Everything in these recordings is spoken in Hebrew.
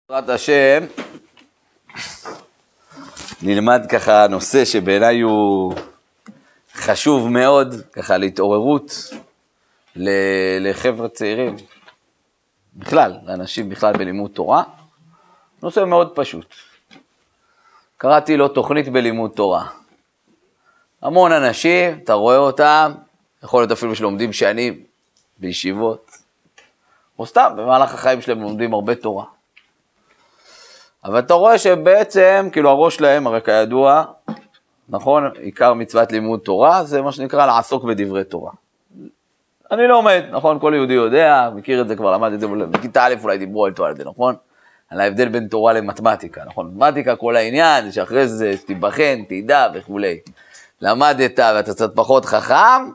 בעזרת השם, נלמד ככה נושא שבעיניי הוא חשוב מאוד, ככה להתעוררות לחבר'ה צעירים, בכלל, לאנשים בכלל בלימוד תורה. נושא מאוד פשוט. קראתי לו תוכנית בלימוד תורה. המון אנשים, אתה רואה אותם, יכול להיות אפילו שלומדים שנים בישיבות, או סתם במהלך החיים שלהם לומדים הרבה תורה. אבל אתה רואה שבעצם, כאילו הראש שלהם, הרי כידוע, נכון, עיקר מצוות לימוד תורה, זה מה שנקרא לעסוק בדברי תורה. אני לא עומד, נכון, כל יהודי יודע, מכיר את זה כבר, למד את זה, בכיתה א' אולי דיברו איתו על זה, נכון? על ההבדל בין תורה למתמטיקה, נכון? מתמטיקה כל העניין, שאחרי זה תיבחן, תדע וכו'. למדת ואתה קצת פחות חכם,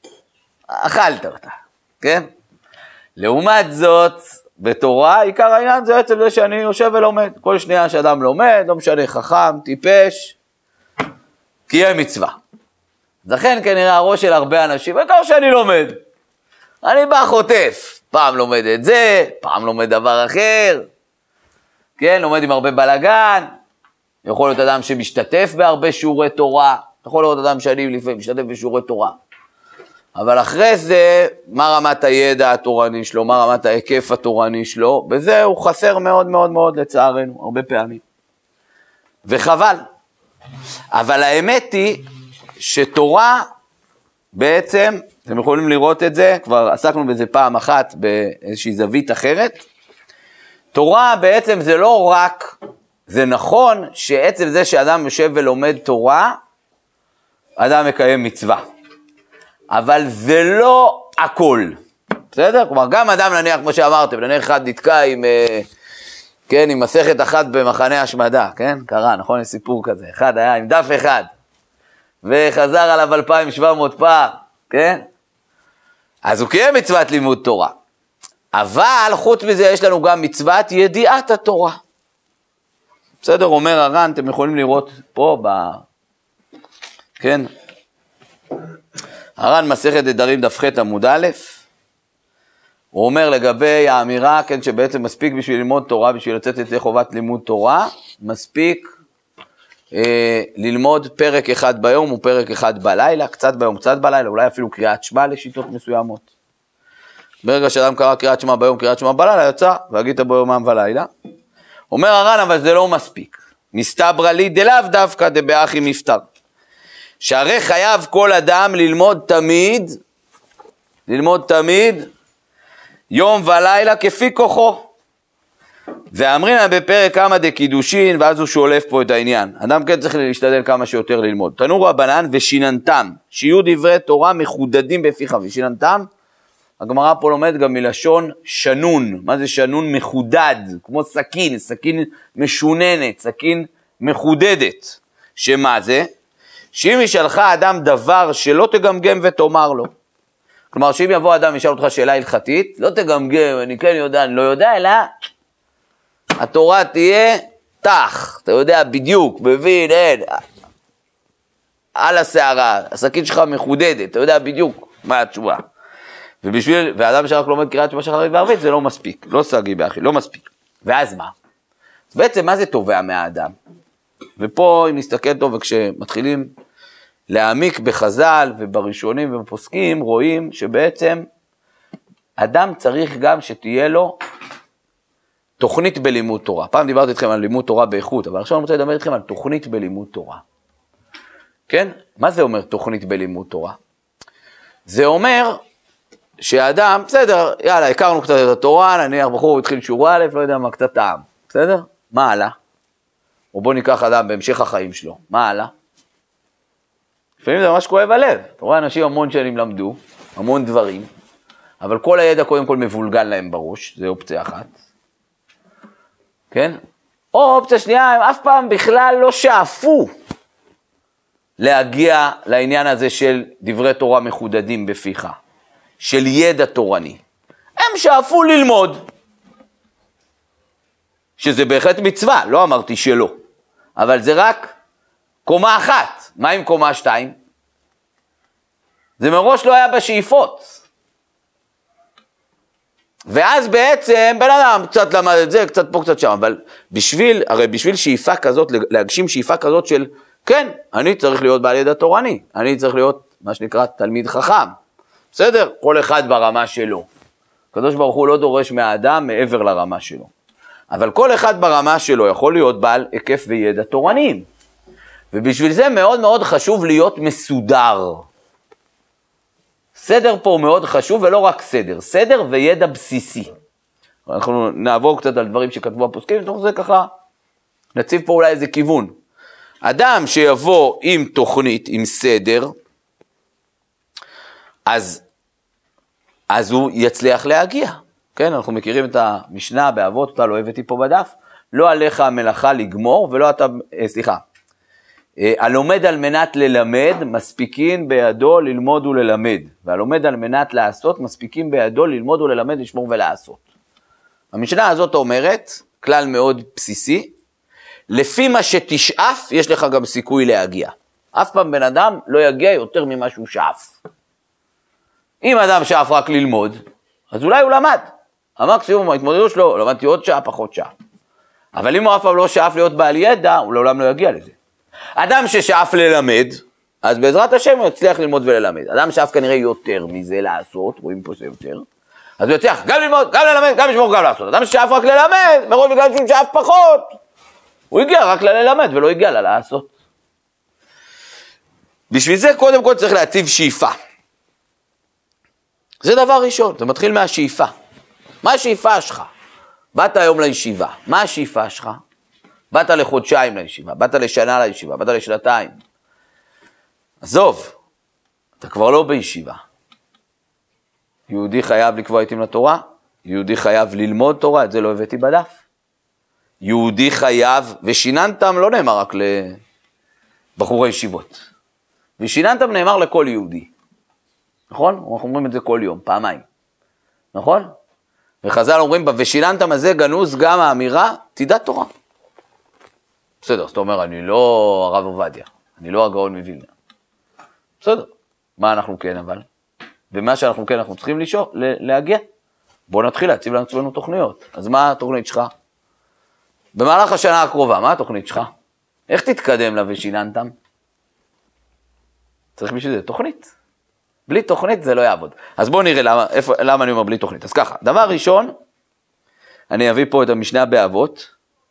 אכלת אותה, כן? לעומת זאת, בתורה, עיקר העניין זה בעצם זה שאני יושב ולומד. כל שנייה שאדם לומד, לא משנה חכם, טיפש, כי יהיה מצווה. לכן כנראה הראש של הרבה אנשים, וכך שאני לומד. אני בא חוטף, פעם לומד את זה, פעם לומד דבר אחר, כן, לומד עם הרבה בלגן, יכול להיות אדם שמשתתף בהרבה שיעורי תורה, יכול להיות אדם שאני לפעמים משתתף בשיעורי תורה. אבל אחרי זה, מה רמת הידע התורני שלו, מה רמת ההיקף התורני שלו, בזה הוא חסר מאוד מאוד מאוד לצערנו, הרבה פעמים. וחבל. אבל האמת היא שתורה בעצם, אתם יכולים לראות את זה, כבר עסקנו בזה פעם אחת באיזושהי זווית אחרת, תורה בעצם זה לא רק, זה נכון שעצם זה שאדם יושב ולומד תורה, אדם מקיים מצווה. אבל זה לא הכל, בסדר? כלומר, גם אדם נניח, כמו שאמרתם, נניח אחד נתקע עם, כן, עם מסכת אחת במחנה השמדה, כן? קרה, נכון? יש סיפור כזה, אחד היה עם דף אחד, וחזר עליו 2,700 פעם, כן? אז הוא קיים מצוות לימוד תורה. אבל חוץ מזה יש לנו גם מצוות ידיעת התורה. בסדר? אומר הר"ן, אתם יכולים לראות פה, כן? הר"ן מסכת נדרים דף ח' עמוד א', הוא אומר לגבי האמירה, כן, שבעצם מספיק בשביל ללמוד תורה, בשביל לצאת את חובת לימוד תורה, מספיק ללמוד פרק אחד ביום ופרק אחד בלילה, קצת ביום, קצת בלילה, אולי אפילו קריאת שמע לשיטות מסוימות. ברגע שאדם קרא קריאת שמע ביום, קריאת שמע בלילה, יצא והגית בו יומם ולילה. אומר הר"ן, אבל זה לא מספיק. מסתברא לי דלאו דווקא דבאחי מפטר. שהרי חייב כל אדם ללמוד תמיד, יום ולילה כפי כוחו. ואמרינן בפרק כמה דקידושין, ואז הוא שולף פה את העניין. אדם כן צריך להשתדל כמה שיותר ללמוד. תנו רבנן ושיננתם, שיהיו דברי תורה מחודדים בפיך, ושיננתם, הגמרא פה לומד גם מלשון שנון. מה זה שנון? מחודד, כמו סכין, סכין משוננת, סכין מחודדת. שמה זה? שאם ישאלך אדם דבר שלא תגמגם ותאמר לו. כלומר, שאם יבוא אדם וישאל אותך שאלה הלכתית, לא תגמגם, אני כן יודע, אני לא יודע, אלא התורה תהיה תח, אתה יודע בדיוק, מבין, אין, על השערה, הסכין שלך מחודדת, אתה יודע בדיוק מה התשובה. ואדם שרק לומד קריאת שמע שחרית וערבית, זה לא מספיק, לא סגי באחי, לא מספיק. ואז מה? בעצם מה זה תובע מהאדם? ופה אם נסתכל טוב, וכשמתחילים להעמיק בחז"ל ובראשונים ובפוסקים, רואים שבעצם אדם צריך גם שתהיה לו תוכנית בלימוד תורה. פעם דיברתי איתכם על לימוד תורה באיכות, אבל עכשיו אני רוצה לדבר איתכם על תוכנית בלימוד תורה. כן? מה זה אומר תוכנית בלימוד תורה? זה אומר שהאדם, בסדר, יאללה, הכרנו קצת את התורה, נניח בחור התחיל שיעור א', לא יודע מה, קצת טעם, בסדר? מה עלה? או בוא ניקח אדם בהמשך החיים שלו, מה עלה? לפעמים זה ממש כואב הלב, אתה רואה אנשים המון שנים למדו, המון דברים, אבל כל הידע קודם כל מבולגן להם בראש, זה אופציה אחת, כן? או אופציה שנייה, הם אף פעם בכלל לא שאפו להגיע לעניין הזה של דברי תורה מחודדים בפיך, של ידע תורני. הם שאפו ללמוד, שזה בהחלט מצווה, לא אמרתי שלא, אבל זה רק קומה אחת. מה עם קומה 2? זה מראש לא היה בשאיפות. ואז בעצם בן אדם קצת למד את זה, קצת פה, קצת שם, אבל בשביל שאיפה כזאת, להגשים שאיפה כזאת של, כן, אני צריך להיות בעל ידע תורני, אני צריך להיות מה שנקרא תלמיד חכם, בסדר? כל אחד ברמה שלו. הקדוש ברוך הוא לא דורש מהאדם מעבר לרמה שלו. אבל כל אחד ברמה שלו יכול להיות בעל היקף וידע תורניים. ובשביל זה מאוד מאוד חשוב להיות מסודר. סדר פה מאוד חשוב, ולא רק סדר, סדר וידע בסיסי. אנחנו נעבור קצת על דברים שכתבו הפוסקים, תוך זה ככה נציב פה אולי איזה כיוון. אדם שיבוא עם תוכנית, עם סדר, אז הוא יצליח להגיע. כן, אנחנו מכירים את המשנה באבות, אותה לא הבאתי פה בדף, לא עליך המלאכה לגמור, ולא אתה, הלומד על מנת ללמד, מספיקין בידו ללמוד וללמד, והלומד על מנת לעשות, מספיקין בידו ללמוד וללמד, לשמור ולעשות. המשנה הזאת אומרת, כלל מאוד בסיסי, לפי מה שתשאף, יש לך גם סיכוי להגיע. אף פעם בן אדם לא יגיע יותר ממה שהוא שאף. אם אדם שאף רק ללמוד, אז אולי הוא למד. המקסימום ההתמודדות שלו, למדתי עוד שעה, פחות שעה. אבל אם הוא אף פעם לא שאף להיות בעל ידע, הוא לעולם לא יגיע לזה. אדם ששאף ללמד, אז בעזרת השם הוא יצליח ללמוד וללמד. אדם שאף כנראה יותר מזה לעשות, רואים פה שיותר, אז הוא יצליח גם ללמוד, גם ללמד, גם לשמור, גם לעשות. אדם ששאף רק ללמד, מרוב בגלל שהוא שאף פחות, הוא הגיע רק ללמד ולא הגיע לעשות. בשביל זה קודם כל צריך להציב שאיפה. זה דבר ראשון, זה מתחיל מהשאיפה. מה השאיפה שלך? באת היום לישיבה, מה השאיפה שלך? באת לחודשיים לישיבה, באת לשנה לישיבה, באת לשנתיים. עזוב, אתה כבר לא בישיבה. יהודי חייב לקבוע עתים לתורה, יהודי חייב ללמוד תורה, את זה לא הבאתי בדף. יהודי חייב, ושיננתם לא נאמר רק לבחורי ישיבות. ושיננתם נאמר לכל יהודי. נכון? אנחנו אומרים את זה כל יום, פעמיים. נכון? וחז"ל אומרים, ושיננתם הזה גנוז גם האמירה, תדע תורה. בסדר, זאת אומרת, אני לא הרב עובדיה, אני לא הגאון מווילנה. בסדר, מה אנחנו כן אבל? ומה שאנחנו כן, אנחנו צריכים להגיע. בואו נתחיל להציב לעצמנו תוכניות. אז מה התוכנית שלך? במהלך השנה הקרובה, מה התוכנית שלך? איך תתקדם לה ושיננתם? צריך בשביל זה תוכנית. בלי תוכנית זה לא יעבוד. אז בואו נראה למה אני אומר בלי תוכנית. אז ככה, דבר ראשון, אני אביא פה את המשנה באבות,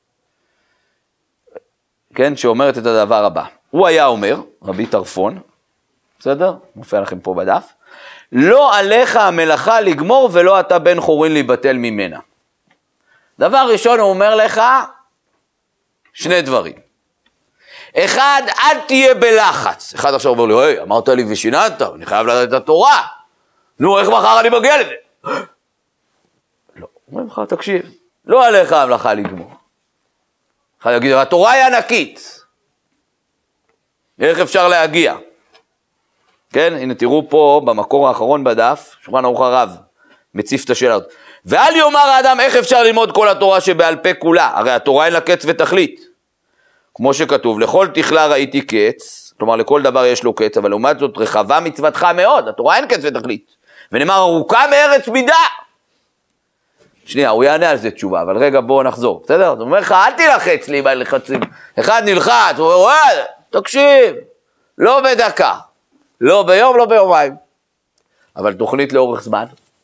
כן, שאומרת את הדבר הבא. הוא היה אומר, רבי טרפון, בסדר? מופיע לכם פה בדף, לא עליך המלאכה לגמור ולא אתה בן חורין להיבטל ממנה. דבר ראשון הוא אומר לך, שני דברים. אחד, אל תהיה בלחץ. אחד עכשיו אומר לי, היי, אמרת לי ושיננת, אני חייב לדעת את התורה. נו, איך מחר אני מגיע לזה? לא, אומרים לך, תקשיב, לא עליך המלאכה לגמור. אחד יגיד, התורה היא ענקית. איך אפשר להגיע? כן, הנה תראו פה במקור האחרון בדף, שולחן ערוך הרב, מציף את השאלה הזאת. ואל יאמר האדם איך אפשר ללמוד כל התורה שבעל פה כולה, הרי התורה אין לה קץ ותכלית. כמו שכתוב, לכל תכלה ראיתי קץ, כלומר לכל דבר יש לו קץ, אבל לעומת זאת רחבה מצוותך מאוד, התורה אין קץ ותכלית. ונאמר ארוכה מארץ מידה. שנייה, הוא יענה על זה תשובה, אבל רגע בואו נחזור, בסדר? זאת אומרת לך, אל תלחץ לי בלחצים. אחד נלחץ, הוא אומר, תקשיב, לא בדקה, לא ביום, לא ביומיים. אבל תוכנית לאורך זמן.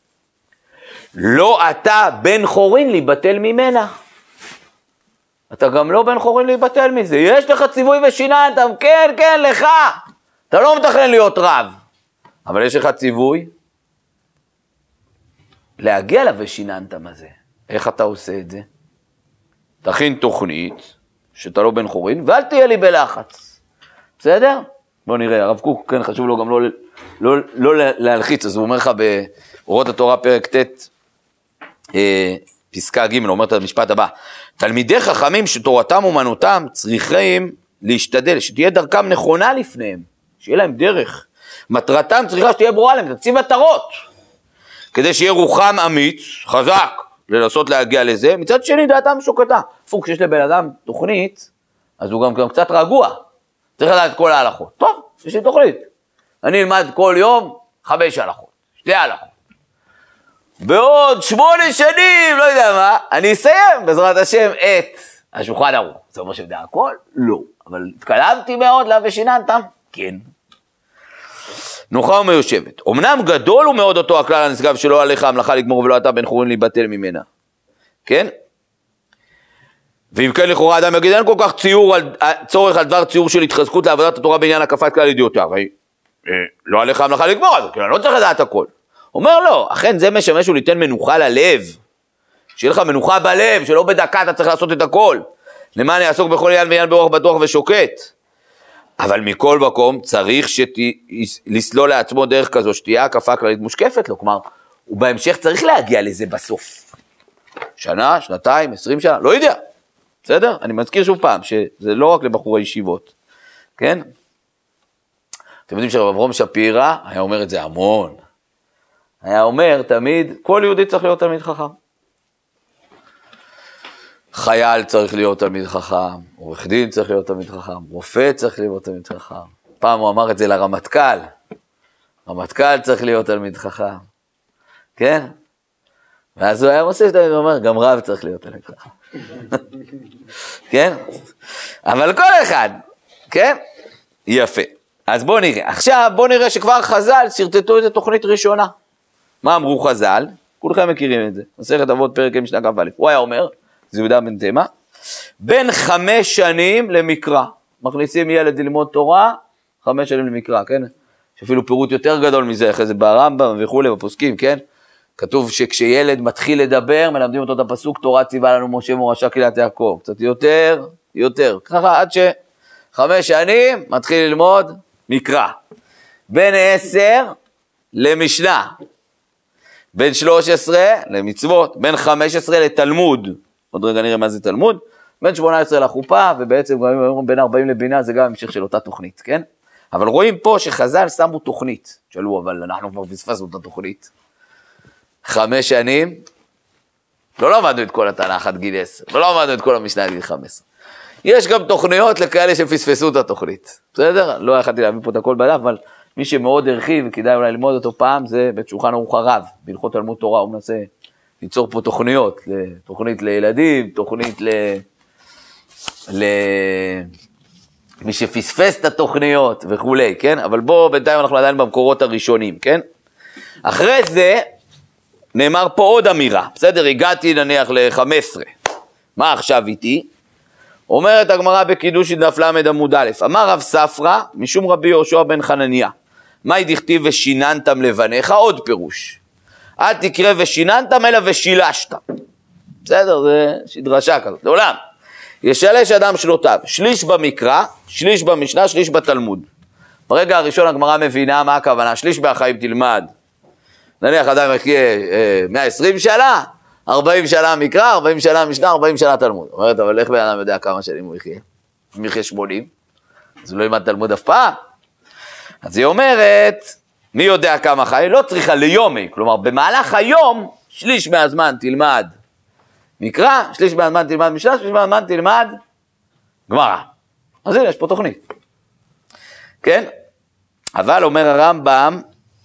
לא אתה בן חורין להיבטל ממנה. אתה גם לא בן חורין להיבטל מזה. יש לך ציווי ושיננתם, כן, כן, לך. אתה לא מתכנן להיות רב. אבל יש לך ציווי להגיע לושיננתם הזה. איך אתה עושה את זה? תכין תוכנית, שאתה לא בן חורין, ואל תהיה לי בלחץ. בסדר? בוא נראה, הרב קוק, כן, חשוב לו גם לא להלחיץ, אז הוא אומר לך באורות התורה פרק ט', פסקה ג', הוא אומר את המשפט הבא, תלמידי חכמים שתורתם אומנותם צריכים להשתדל, שתהיה דרכם נכונה לפניהם, שיהיה להם דרך, מטרתם צריכה שתהיה ברורה להם, תציב מטרות, כדי שיהיה רוחם אמיץ, חזק, לנסות להגיע לזה, מצד שני דעתם שוקטה, פוק שיש לבן אדם תוכנית, אז הוא גם קצת רגוע, צריך לדעת את כל ההלכות, טוב, יש לי תוכנית, אני אלמד כל יום 5 הלכות, 2 הלכות, בעוד 8 שנים, לא יודע מה, אני אסיים בעזרת השם את השולחן ערוך. זה אומר שיודע הכל? לא. אבל התקלמתי מאוד לה ושיננתם? כן. נוחה ומיושבת. אמנם גדול הוא מאוד אותו הכלל הנשגב שלא עליך המלאכה לגמור ולא אתה בן חורין להיבטל ממנה. כן? ואם כן לכאורה אדם יגיד אין כל כך צורך על דבר ציור של התחזקות לעבודת התורה בעניין הקפת כלל ידיעותיה. הרי לא עליך המלאכה לגמור, אז אני לא צריך לדעת הכל. אומר לא, אכן זה משמש וליתן מנוחה ללב. שיהיה לך מנוחה בלב, שלא בדקה אתה צריך לעשות את הכל. למען יעסוק בכל עניין ועניין ברוח בטוח ושוקט. אבל מכל מקום צריך לסלול לעצמו דרך כזו שתהיה הקפה כללית מושקפת לו. כלומר, הוא בהמשך צריך להגיע לזה בסוף. שנה, שנתיים, 20 שנה, לא יודע. בסדר? אני מזכיר שוב פעם, שזה לא רק לבחורי ישיבות. כן? אתם יודעים שרב אברהם שפירא היה אומר את זה המון. היה אומר תמיד, כל יהודי צריך להיות תלמיד חכם. חייל צריך להיות תלמיד חכם, עורך דין צריך להיות תלמיד חכם, רופא צריך להיות תלמיד חכם. פעם הוא אמר את זה לרמטכ"ל, רמטכ"ל צריך להיות תלמיד חכם, כן? ואז הוא היה מוסיף תלמיד ואומר, גם רב צריך להיות תלמיד חכם. כן? אבל כל אחד, כן? יפה. אז בואו נראה. עכשיו בואו נראה שכבר חז"ל סרטטו את התוכנית ראשונה. מה אמרו חז"ל? כולכם מכירים את זה. מסכת אבות פרק משנה כ"א. הוא היה אומר, זה יהודה בן תימה, בין 5 שנים למקרא. מכניסים ילד ללמוד תורה, 5 שנים למקרא, כן? יש אפילו פירוט יותר גדול מזה, אחרי זה ברמב"ם וכו' בפוסקים, כן? כתוב שכשילד מתחיל לדבר, מלמדים אותו את הפסוק, תורה ציווה לנו משה מורשה קהילת יעקב. קצת יותר. ככה עד 5 שנים מתחיל ללמוד מקרא. בין 10 למשנה. בין 13 למצוות. בין 15 לתלמוד. עוד רגע נראה מה זה תלמוד. בין 18 לחופה, ובעצם בין 40 לבינה, זה גם המשך של אותה תוכנית, כן? אבל רואים פה שחז"ל שמו תוכנית. שאלו, אבל אנחנו כבר פספסנו את התוכנית. 5 שנים, לא למדנו את כל התנ"ך עד גיל 10, ולא למדנו את כל המשנה עד גיל 15. יש גם תוכניות לכאלה שפספסו את התוכנית, בסדר? לא יכולתי להביא פה את הכל בדף, אבל מי שמאוד הרחיב, וכדאי אולי ללמוד אותו פעם, זה בית שולחן ערוך הרב, בהלכות תלמוד תורה, הוא מנסה ליצור פה תוכניות, תוכנית לילדים, תוכנית מי שפספס את התוכניות וכולי, כן? אבל בוא, בינתיים אנחנו עדיין במקורות הראשונים, כן? אחרי זה, נאמר פה עוד אמירה, בסדר? הגעתי נניח ל-15. מה עכשיו איתי? אומרת הגמרא בקידושין דף ל עמוד א', אמר רב ספרא, משום רבי יהושע בן חנניה, מהי דכתיב ושיננתם לבניך? עוד פירוש. אל תקרא ושיננתם אלא ושילשת. בסדר? זה דרשה כזאת. לעולם. ישלש אדם שנותיו, שליש במקרא, שליש במשנה, שליש בתלמוד. ברגע הראשון הגמרא מבינה מה הכוונה, שליש מהחיים תלמד. נניח אדם יחיה 120 שנה, 40 שנה מקרא, 40 שנה משנה, 40 שנה תלמוד. אומרת, אבל איך בן אדם יודע כמה שנים הוא יחיה? אם יחיה 80, אז הוא לא ילמד תלמוד אף פעם. אז היא אומרת, מי יודע כמה חיים? לא צריכה ליומי, כלומר במהלך היום, שליש מהזמן תלמד מקרא, שליש מהזמן תלמד משנה, שליש מהזמן תלמד גמרא. אז הנה, יש פה תוכנית. כן? אבל אומר הרמב"ם,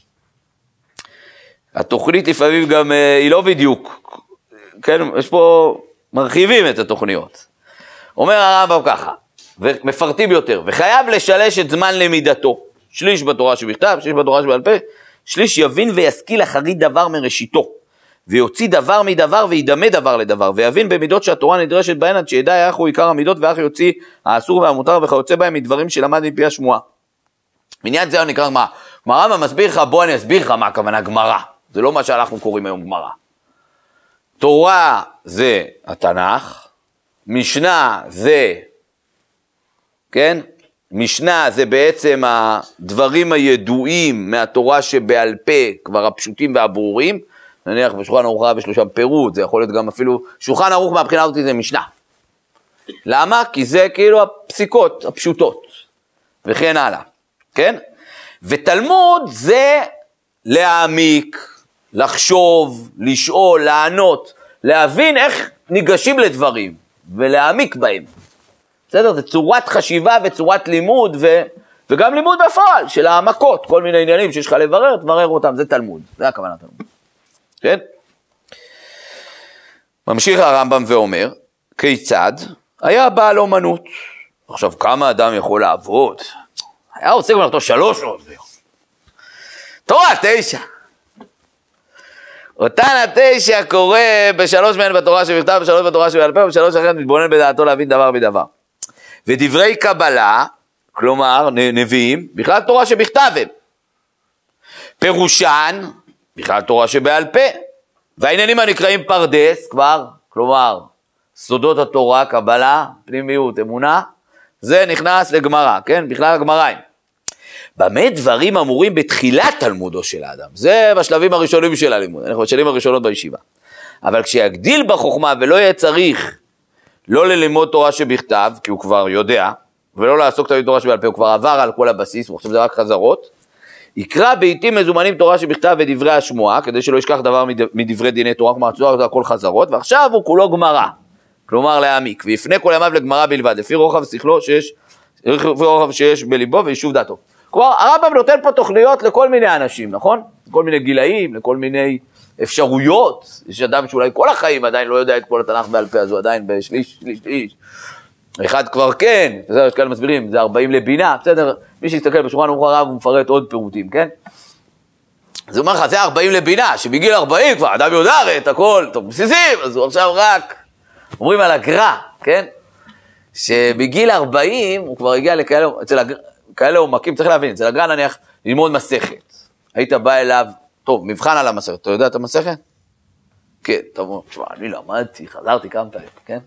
התוכנית לפעמים גם היא לא בדיוק, כן, יש פה, מרחיבים את התוכניות. אומר הרמב"ם ככה, ומפרטים יותר, וחייב לשלש את זמן למידתו, שליש בתורה שבכתב, שליש בתורה שבעל פה, שליש יבין וישכיל אחרית דבר מראשיתו, ויוציא דבר מדבר וידמה דבר לדבר, ויבין במידות שהתורה נדרשת בהן עד שידע איך הוא עיקר המידות ואיך יוציא האסור והמותר וכיוצא בהם מדברים שלמד מפי השמועה. בעניין זה נקרא גמרא. גמרא מסביר לך, בוא אני אסביר לך מה הכוונה גמרא. זה לא מה שאנחנו קוראים היום גמרא. תורה זה התנ"ך, משנה זה, כן? משנה זה בעצם הדברים הידועים מהתורה שבעל פה, כבר הפשוטים והברורים. נניח בשולחן ערוך בשלושה פירוט, זה יכול להיות גם אפילו, שולחן ערוך מהבחינה הזאת זה משנה. למה? כי זה כאילו הפסיקות הפשוטות, וכן הלאה, כן? ותלמוד זה להעמיק, לחשוב, לשאול, לענות, להבין איך ניגשים לדברים, ולהעמיק בהם. בסדר? זה צורת חשיבה וצורת לימוד, וגם לימוד בפועל של העמקות, כל מיני עניינים שיש לך לברר, תברר אותם, זה תלמוד, זה הכוונה תלמוד. כן? ממשיך הרמב"ם ואומר, כיצד? היה בעל אומנות. עכשיו, כמה אדם יכול לעבוד? היה עוסק במלאכתו 3 שעות ביום. תורה 9. אותן 9 קורא ב3 מהן בתורה שבכתב, ב3 בתורה שבעל פה, וב3 אחרת מתבונן בדעתו להבין דבר מדבר. ודברי קבלה, כלומר נביאים, בכלל תורה שבכתב הם. פירושן, בכלל תורה שבעל פה. והעניינים הנקראים פרדס, כבר, כלומר, סודות התורה, קבלה, פנימיות, אמונה, זה נכנס לגמרא, כן? בכלל הגמרא. במה דברים אמורים בתחילת תלמודו של האדם? זה בשלבים הראשונים של הלימוד, אנחנו בשלבים הראשונות בישיבה. אבל כשיגדיל בחוכמה ולא יהיה צריך לא ללמוד תורה שבכתב, כי הוא כבר יודע, ולא לעסוק תמיד תורה שבעל פה, הוא כבר עבר על כל הבסיס, ועכשיו זה רק חזרות, יקרא בעתים מזומנים תורה שבכתב ודברי השמועה, כדי שלא ישכח דבר מדברי דיני תורה, כלומר, זה הכל חזרות, ועכשיו הוא כולו גמרא, כלומר להעמיק, ויפנה כל ימיו לגמרא בלבד, לפי רוחב שכלו שיש בליבו ויישוב דעתו. כלומר, הרמב"ם נותן פה תוכניות לכל מיני אנשים, נכון? לכל מיני גילאים, לכל מיני אפשרויות. יש אדם שאולי כל החיים עדיין לא יודע את כל התנ"ך בעל פה, אז הוא עדיין בשליש. אחד כבר כן, בסדר, יש כאלה מסבירים, זה 40 לבינה, בסדר, מי שיסתכל בשולחן ערוך הרב הוא מפרט עוד פירוטים, כן? אז הוא אומר לך, זה 40 לבינה, שבגיל 40 כבר אדם יודע את הכל, טוב, בסיסים, אז הוא עכשיו רק, אומרים על הגר"א, כן? שבגיל 40 הוא כבר הגיע לכאלה, אצל כאלה עומקים, צריך להבין, אצל הגר"א נניח ללמוד מסכת, היית בא אליו, טוב, מבחן על המסכת, אתה יודע את המסכת? כן, אתה אומר, תשמע, אני למדתי, חזרתי כמה פעמים, כן?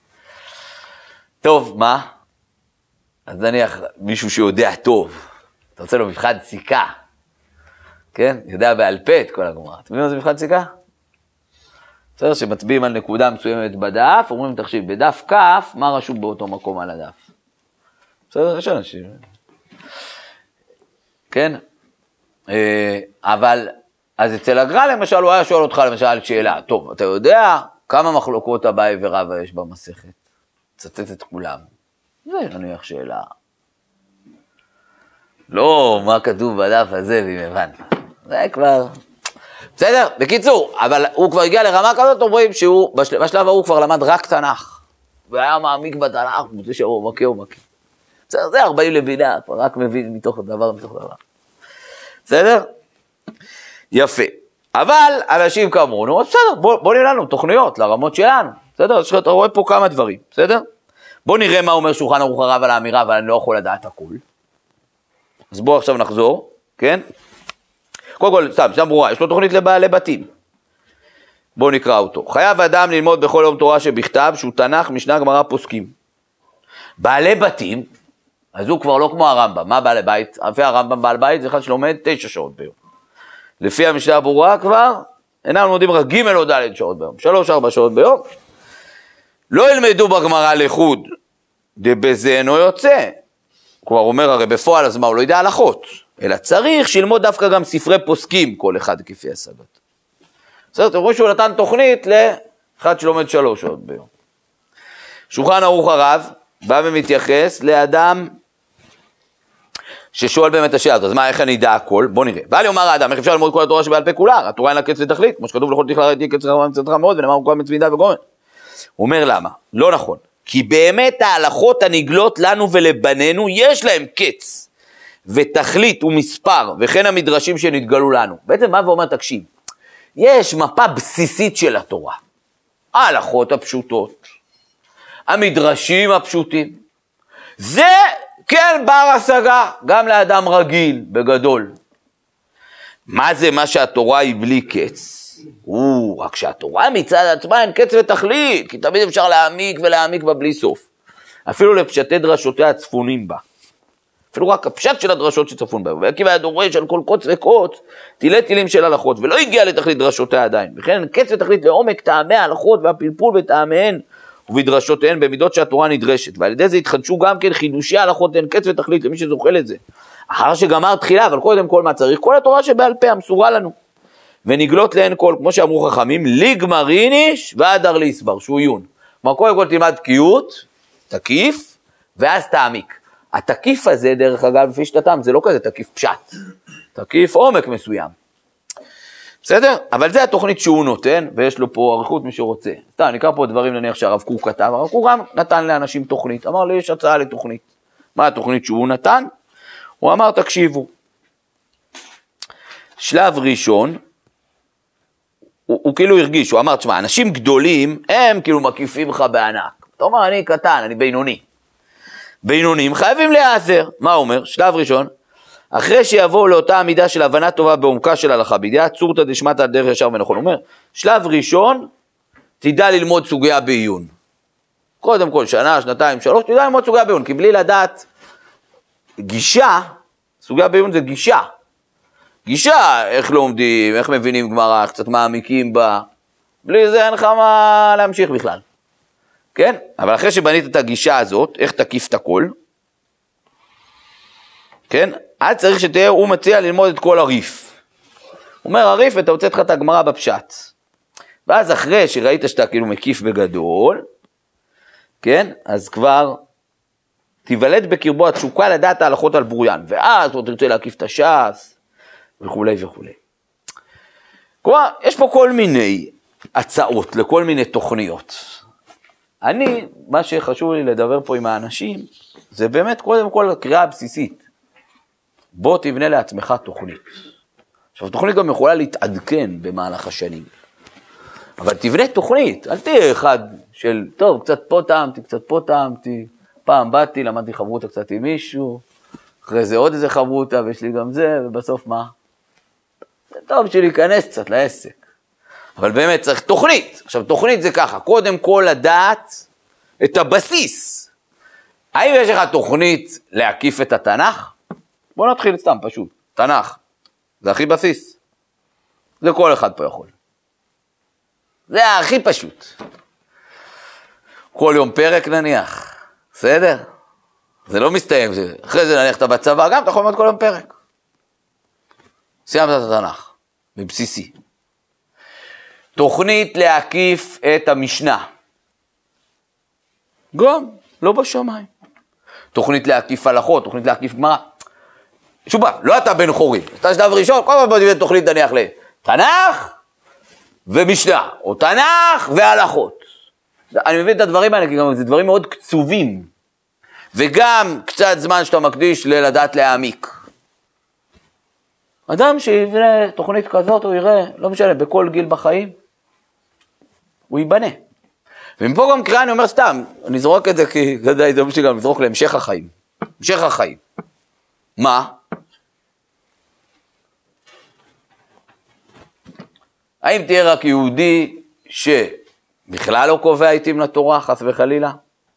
טוב, מה? אז נניח מישהו שיודע טוב, אתה רוצה לו מבחן סיכה, כן? יודע בעל פה את כל הגמרא. אתם יודעים מה זה מבחן סיכה? בסדר, שמצביעים על נקודה מסוימת בדף, אומרים, תחשיב, בדף כף, מה רשום באותו מקום על הדף? בסדר, יש אנשים. כן? אבל, אז אצל הגר"א למשל, הוא היה שואל אותך למשל שאלה, טוב, אתה יודע כמה מחלוקות אביי ורבא יש במסכת? צטט את כולם. זה נניח שאלה. לא, מה כתוב בדף הזה, ואם הבנת. זה כבר... בסדר? בקיצור, אבל הוא כבר הגיע לרמה כזאת, אומרים שהוא, בשלב ההוא כבר למד רק תנ"ך. והיה מעמיק בתנ"ך, מוצא שהוא מכה. בסדר, זה 40 לבינה, כבר רק מבין מתוך דבר. בסדר? יפה. אבל אנשים כמונו, אז בסדר, בוא נראה לנו תוכניות לרמות שלנו. בסדר? אז אתה רואה פה כמה דברים. בסדר? בוא נראה מה אומר שולחן ערוך הרב על האמירה, אבל אני לא יכול לדעת הכל. אז בוא עכשיו נחזור, כן? קודם כל, סתם ברורה, יש לו תוכנית לבעלי בתים. בואו נקרא אותו. חייב אדם ללמוד בכל יום תורה שבכתב, שהוא תנ"ך, משנה, גמרא, פוסקים. בעלי בתים, אז הוא כבר לא כמו הרמב"ם. מה בעלי בית? לפי הרמב"ם בעל בית זה אחד שלומד 9 שעות ביום. לפי המשנה הברורה כבר, אינם לומדים רק ג' או ד' שעות ביום. 3-4 שעות ביום. לא ילמדו בגמרא לחוד, דבזה אינו יוצא. הוא כבר אומר, הרי בפועל אז מה, הוא לא ידע הלכות. אלא צריך שילמוד דווקא גם ספרי פוסקים, כל אחד כפי השגות. בסדר, אתם רואים שהוא נתן תוכנית לאחד שלומד 3 שעות ביום. שולחן ערוך הרב בא ומתייחס לאדם ששואל באמת השאלה הזאת, אז מה, איך אני אדע הכל? בוא נראה. בא לי אומר האדם, איך אפשר ללמוד כל התורה שבעל פה כולה? התורה אין לה קץ ותכלית, כמו שכתוב לכל תכלה ראיתי קץ רחבה מצדך מאוד, ונאמר כל מצמידה וגורן. הוא אומר למה? לא נכון. כי באמת ההלכות הנגלות לנו ולבנינו יש להם קץ ותכלית ומספר, וכן המדרשים שנתגלו לנו. בעצם מה ואומר, תקשיב, יש מפה בסיסית של התורה. ההלכות הפשוטות, המדרשים הפשוטים. זה כן בר השגה, גם לאדם רגיל, בגדול. מה זה מה שהתורה היא בלי קץ? רק שהתורה מצד עצמה אין קץ ותכלית, כי תמיד אפשר להעמיק ולהעמיק בה בלי סוף. אפילו לפשטי דרשותיה הצפונים בה. אפילו רק הפשט של הדרשות שצפון בה. ועקיבא היה דורש על כל קוץ וקוץ, תילי תילים של הלכות, ולא הגיע לתכלית דרשותיה עדיין. וכן אין קץ ותכלית לעומק טעמי ההלכות והפלפול בטעמיהן ובדרשותיהן במידות שהתורה נדרשת. ועל ידי זה התחדשו גם כן חידושי ההלכות, אין קץ ותכלית למי שזוכל את זה. אחר שגמר תחילה, אבל קודם כל מה צריך? כל התורה שבעל פה המסורה לנו. ונגלות להן כל, כמו שאמרו חכמים, ליגמריניש ועד ארליסבר, שהוא עיון. כלומר, קודם כל תלמד בקיאות, תקיף, ואז תעמיק. התקיף הזה, דרך אגב, לפי שתתם, זה לא כזה תקיף פשט. תקיף עומק מסוים. בסדר? אבל זה התוכנית שהוא נותן, ויש לו פה עריכות מי שרוצה. סתם, נקרא פה דברים נניח שהרב קוק כתב, הרב קוק גם נתן לאנשים תוכנית, אמר לי יש הצעה לתוכנית. מה התוכנית שהוא נתן? הוא אמר תקשיבו, שלב ראשון, הוא כאילו הרגיש, הוא אמר, תשמע, אנשים גדולים, הם כאילו מקיפים לך בענק. אתה אומר, אני קטן, אני בינוני. בינונים חייבים להיעזר. מה הוא אומר? שלב ראשון, אחרי שיבואו לאותה עמידה של הבנה טובה בעומקה של הלכה, בידיעה צורתא דשמטא על דרך ישר ונכון. הוא אומר, שלב ראשון, תדע ללמוד סוגיה בעיון. קודם כל, שנה, שנתיים, שלוש, תדע ללמוד סוגיה בעיון, כי בלי לדעת גישה, סוגיה בעיון זה גישה. גישה, איך לומדים, איך מבינים גמרא, איך קצת מעמיקים בה, בלי זה אין לך מה להמשיך בכלל. כן? אבל אחרי שבנית את הגישה הזאת, איך תקיף את הכל, כן? אז צריך שתהיה, הוא מציע ללמוד את כל הריף. הוא אומר הריף ואתה הוצאת לך את הגמרא בפשט. ואז אחרי שראית שאתה כאילו מקיף בגדול, כן? אז כבר תיוולד בקרבו התשוקה לדעת ההלכות על בוריין, ואז אתה תרצה להקיף את הש"ס, וכו' וכו'. כלומר, יש פה כל מיני הצעות, לכל מיני תוכניות. מה שחשוב לי לדבר פה עם האנשים, זה באמת קודם כל הקריאה הבסיסית. בוא תבנה לעצמך תוכנית. עכשיו, תוכנית גם יכולה להתעדכן במהלך השנים. אבל תבנה תוכנית, אל תהיה אחד של, טוב, קצת פה טעמתי, קצת פה טעמתי, פעם באתי, למדתי חברותה קצת עם מישהו, אחרי זה עוד איזה חברותה, ויש לי גם זה, ובסוף מה? זה טוב בשביל להיכנס קצת לעסק. אבל באמת צריך תוכנית. עכשיו, תוכנית זה ככה, קודם כל לדעת את הבסיס. האם יש לך תוכנית להקיף את התנ"ך? בוא נתחיל סתם פשוט. תנ"ך, זה הכי בסיס. זה כל אחד פה יכול. זה הכי פשוט. כל יום פרק נניח, בסדר? זה לא מסתיים, אחרי זה נניח אתה בצבא, גם אתה יכול ללמוד כל יום פרק. סיימת את התנ"ך, בבסיסי. תוכנית להקיף את המשנה. גם, לא בשמיים. תוכנית להקיף הלכות, תוכנית להקיף גמרא. שוב פעם, לא אתה בן חורי. אתה שלב ראשון, כל פעם בוא תוכנית נניח לתנ"ך ומשנה, או תנ"ך והלכות. אני מבין את הדברים האלה, כי גם זה דברים מאוד קצובים. וגם קצת זמן שאתה מקדיש ללדעת להעמיק. אדם שיבנה תוכנית כזאת, הוא יראה, לא משנה, בכל גיל בחיים, הוא ייבנה. ומפה גם קריאה, אני אומר סתם, אני זרוק את זה כי זה מה שגם נזרוק להמשך החיים. המשך החיים. מה? האם תהיה רק יהודי שבכלל לא קובע עיתים לתורה, חס וחלילה?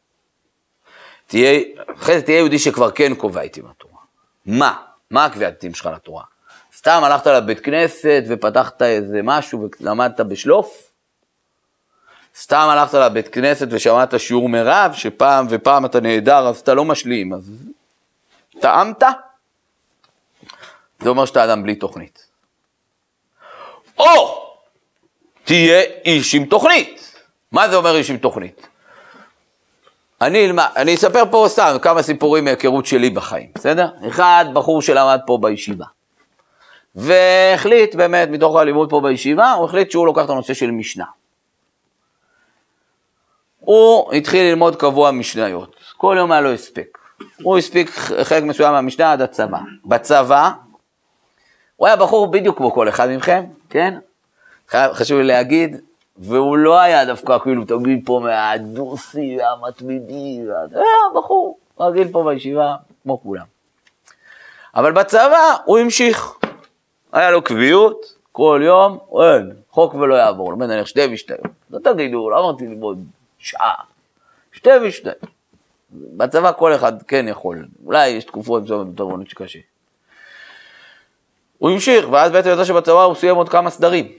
אחרי זה תהיה יהודי שכבר כן קובע עיתים לתורה. מה? מה הקביעת עיתים שלך לתורה? סתם הלכת לבית כנסת ופתחת איזה משהו ולמדת בשלוף? סתם הלכת לבית כנסת ושמעת שיעור מרב, שפעם ופעם אתה נהדר, אז אתה לא משלים, אז טעמת? זה אומר שאתה אדם בלי תוכנית. או תהיה איש עם תוכנית. מה זה אומר איש עם תוכנית? אני אספר פה סתם כמה סיפורים מהיכרות שלי בחיים, בסדר? אחד, בחור שלמד פה בישיבה. והחליט באמת, מתוך הלימוד פה בישיבה, הוא החליט שהוא לוקח את הנושא של משנה. הוא התחיל ללמוד קבוע משניות. כל יום היה לו הספק. הוא הספיק חלק מסוים מהמשנה עד הצבא. בצבא, הוא היה בחור בדיוק כמו כל אחד מכם, כן? חשוב לי להגיד, והוא לא היה דווקא כאילו תגיד פה מהדורסי והמתמידי, היה בחור רגיל פה בישיבה כמו כולם. אבל בצבא הוא המשיך. היה לו קביעות, כל יום, אין, חוק ולא יעבור, לומד נניח 2 משניות. לא תגידו, לא אמרתי ללמוד שעה, 2 משניות. בצבא כל אחד כן יכול, אולי יש תקופות בתורנות שקשה. הוא המשיך, ואז בעצם ידע שבצבא הוא סיים עוד כמה סדרים.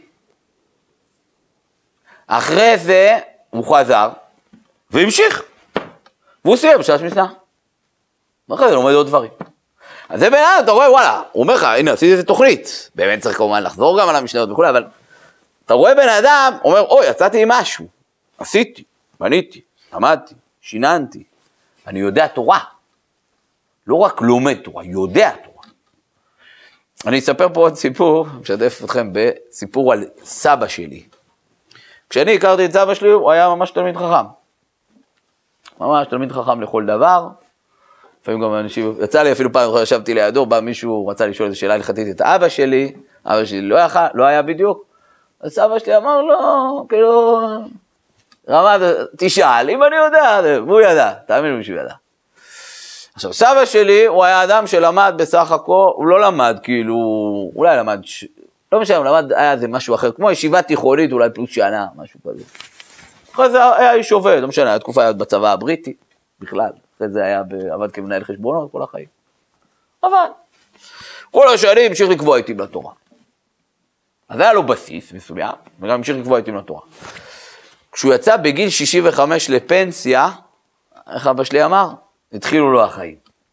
אחרי זה הוא חזר, והמשיך. והוא סיים שעת משנה. ואחרי זה לומד עוד דברים. אז זה בעניין, אתה רואה, וואלה, הוא אומר לך, הנה, עשיתי איזה תוכנית. באמת צריך כמובן לחזור גם על המשניות וכו', אבל אתה רואה בן אדם, אומר, אוי, יצאתי עם משהו. עשיתי, בניתי, למדתי, שיננתי. אני יודע תורה. לא רק לומד תורה, יודע תורה. אני אספר פה עוד סיפור, משתף אתכם בסיפור על סבא שלי. כשאני הכרתי את סבא שלי, הוא היה ממש תלמיד חכם. ממש תלמיד חכם לכל דבר. לפעמים גם אנשים, יצא לי אפילו פעם, ישבתי לידו, בא מישהו, רצה לשאול איזו שאלה הלכתית את אבא שלי, אבא שלי לא היה בדיוק. אז סבא שלי אמר לו, כאילו, רמד, תשאל, אם אני יודע, והוא ידע, תאמין לי שהוא ידע. עכשיו, סבא שלי, הוא היה אדם שלמד בסך הכל, הוא לא למד, כאילו, אולי למד, לא משנה, הוא למד, היה זה משהו אחר, כמו ישיבה תיכונית, אולי פלוס שנה, משהו כזה. אחרי זה היה איש עובד, לא משנה, התקופה היה בצבא הבריטי, בכלל. אחרי זה היה, עבד כמנהל חשבונות כל החיים. אבל, כל השנים המשיך לקבוע עיתים לתורה. אז היה לו בסיס מסוים, וגם המשיך לקבוע עיתים לתורה. כשהוא יצא בגיל 65 לפנסיה, איך אבא שלי אמר? התחילו לו החיים.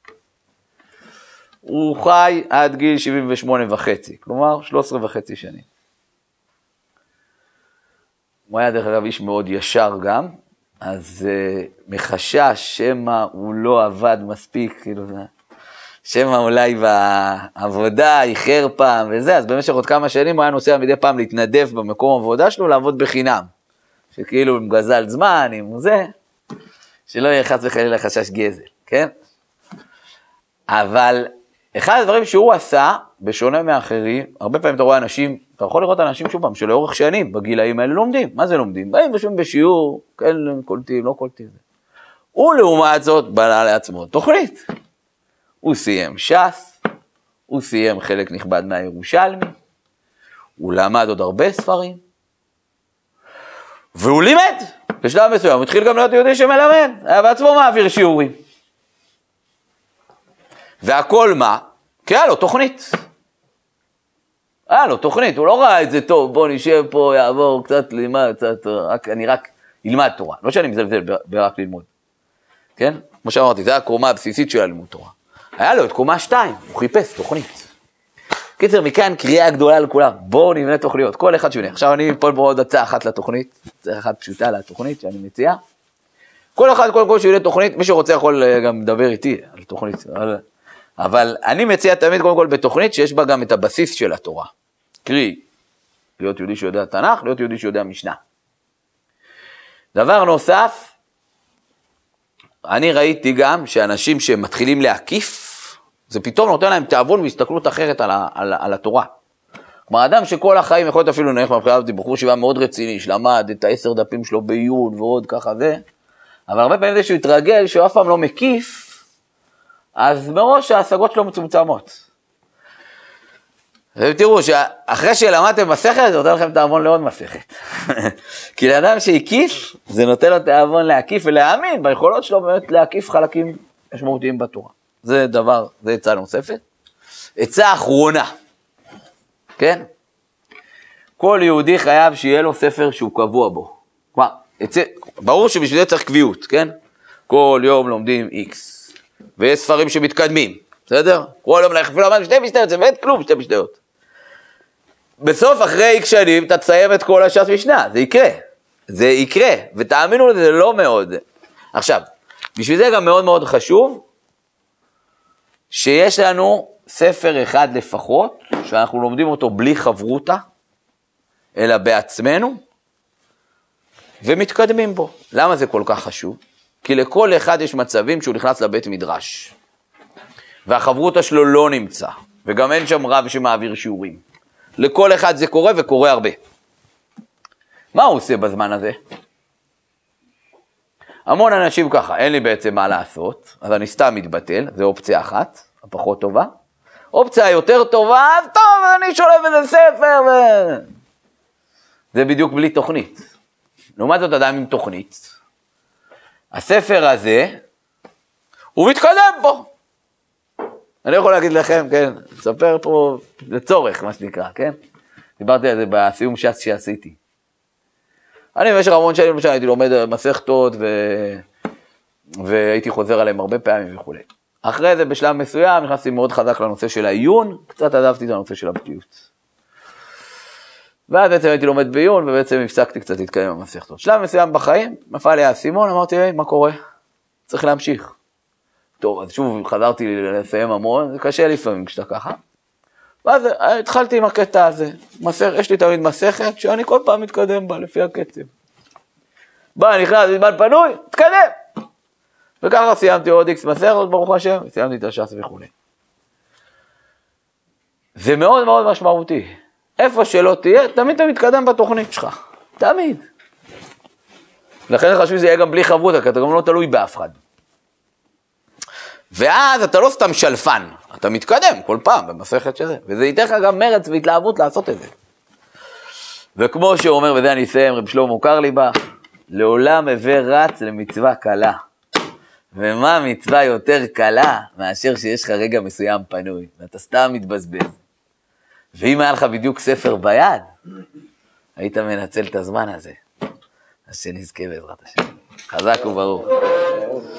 הוא חי עד גיל 78.5, כלומר 13.5 שנים. הוא היה דרך אגב איש מאוד ישר גם, אז מחשש שמה הוא לא עבד מספיק, כאילו, שמה אולי בעבודה איחר פעם וזה, אז במשך עוד כמה שנים הוא היה נוסע מדי פעם להתנדב במקום עבודה שלו, לעבוד בחינם. שכאילו עם גזל זמן, עם זה, שלא יהיה חס וחלילה חשש גזל, כן? אבל אחד הדברים שהוא עשה, בשונה מאחרים, הרבה פעמים אתה רואה אנשים, אתה יכול לראות אנשים שוב פעם, שלאורך שנים בגילאים האלה לומדים. מה זה לומדים? באים ושום בשיעור, כן, קולטים, לא קולטים. הוא לעומת זאת בנה לעצמו תוכנית. הוא סיים ש"ס, הוא סיים חלק נכבד מהירושלמי, הוא למד עוד הרבה ספרים, והוא לימד. בשלב מסוים, הוא התחיל גם להיות יהודי שמלמד, היה בעצמו מעביר שיעורים. והכל מה? כי היה לו תוכנית. היה לו תוכנית, הוא לא ראה את זה טוב, בוא נשב פה, יעבור קצת לימד, קצת, אני רק אלמד תורה. לא שאני מזלזל ברק ללמוד. כן? כמו שאמרתי, זה הקומה הבסיסית של הלימוד תורה. היה לו את קומה 2, הוא חיפש תוכנית. קיצר, מכאן קריאה גדולה לכולם, בואו נבנה תוכניות, כל אחד שונה. עכשיו אני פה בעוד הצעה אחת לתוכנית, הצעה אחת פשוטה לתוכנית שאני מציע. כל אחד, כל שיהיה תוכנית, מי שרוצה יכול גם לדבר איתי על תוכנית. אבל אני מציע תמיד קודם כל בתוכנית שיש בה גם את הבסיס של התורה. קרי, להיות יהודי שיודע תנ"ך, להיות יהודי שיודע משנה. דבר נוסף, אני ראיתי גם שאנשים שמתחילים להקיף, זה פתאום נותן להם תאבון והסתכלות אחרת על התורה. כלומר, אדם שכל החיים יכול להיות אפילו נלך מבחינת בחור שיבה מאוד רציני, שלמד את 10 דפים שלו בעיון ועוד ככה זה, אבל הרבה פעמים זה שהוא התרגל שהוא אף פעם לא מקיף, אז מראש ההשגות שלו מצומצמות. ותראו שאחרי שלמדתם מסכת, זה נותן לכם תאבון לעוד מסכת. כי לאדם שהקיף, זה נותן לו תאבון להקיף ולהאמין ביכולות שלו באמת להקיף חלקים משמעותיים בתורה. זה דבר, זה עצה נוספת. עצה אחרונה, כן? כל יהודי חייב שיהיה לו ספר שהוא קבוע בו. כלומר, ברור שבשביל זה צריך קביעות, כן? כל יום לומדים X, ויש ספרים שמתקדמים, בסדר? כל יום להחפיל למד בשתי משתיות, זה באמת כלום בשתי משתיות. בסוף, אחרי X שנים, אתה תסיים את כל הש"ס משנה, זה יקרה. זה יקרה, ותאמינו לזה, זה לא מאוד. עכשיו, בשביל זה גם מאוד מאוד חשוב, שיש לנו ספר אחד לפחות, שאנחנו לומדים אותו בלי חברותה, אלא בעצמנו, ומתקדמים בו. למה זה כל כך חשוב? כי לכל אחד יש מצבים שהוא נכנס לבית מדרש, והחברותה שלו לא נמצא, וגם אין שם רב שמעביר שיעורים. לכל אחד זה קורה וקורה הרבה. מה הוא עושה בזמן הזה? המון אנשים ככה, אין לי בעצם מה לעשות, אז אני סתם מתבטל, זה אופציה אחת, הפחות טובה. אופציה יותר טובה, אז טוב, אני שולף איזה ספר, זה בדיוק בלי תוכנית. לעומת זאת אדם עם תוכנית, הספר הזה, הוא מתקדם פה. אני יכול להגיד לכם, כן, לספר פה לצורך, מה שנקרא, כן? דיברתי על זה בסיום ש"ס שעשיתי. אני במשך המון שנים, למשל, הייתי לומד מסכתות, והייתי חוזר עליהם הרבה פעמים וכו'. אחרי זה, בשלב מסוים, נכנסתי מאוד חזק לנושא של העיון, קצת עזבתי את הנושא של הבקיאות. ואז בעצם הייתי לומד בעיון, ובעצם הפסקתי קצת להתקיים במסכתות. שלב מסוים בחיים, נפל לי האסימון, אמרתי, היי, מה קורה? צריך להמשיך. טוב, אז שוב חזרתי לסיים המון, זה קשה לפעמים כשאתה ככה. ואז התחלתי עם הקטע הזה. יש לי תמיד מסכת שאני כל פעם מתקדם בה לפי הקצב. בא, נכנס בזמן פנוי, תקדם. וככה סיימתי עוד איקס מסכת, ברוך השם, סיימתי את הש"ס וכו'. זה מאוד מאוד משמעותי. איפה שלא תהיה, תמיד אתה מתקדם בתוכנית שלך. תמיד. לכן חשוב שזה יהיה גם בלי חברות, כי אתה גם לא תלוי באף אחד. ואז אתה לא סתם שלפן, אתה מתקדם כל פעם במסכת שזה, וזה ייתן לך גם מרץ והתלהבות לעשות את זה. וכמו שהוא אומר, וזה אני אסיים, רב שלמה קרליבך, לעולם הווה רץ למצווה קלה. ומה מצווה יותר קלה מאשר שיש לך רגע מסוים פנוי, ואתה סתם מתבזבז. ואם היה לך בדיוק ספר ביד, היית מנצל את הזמן הזה. אז שנזכה בעזרת השם. חזק וברוך.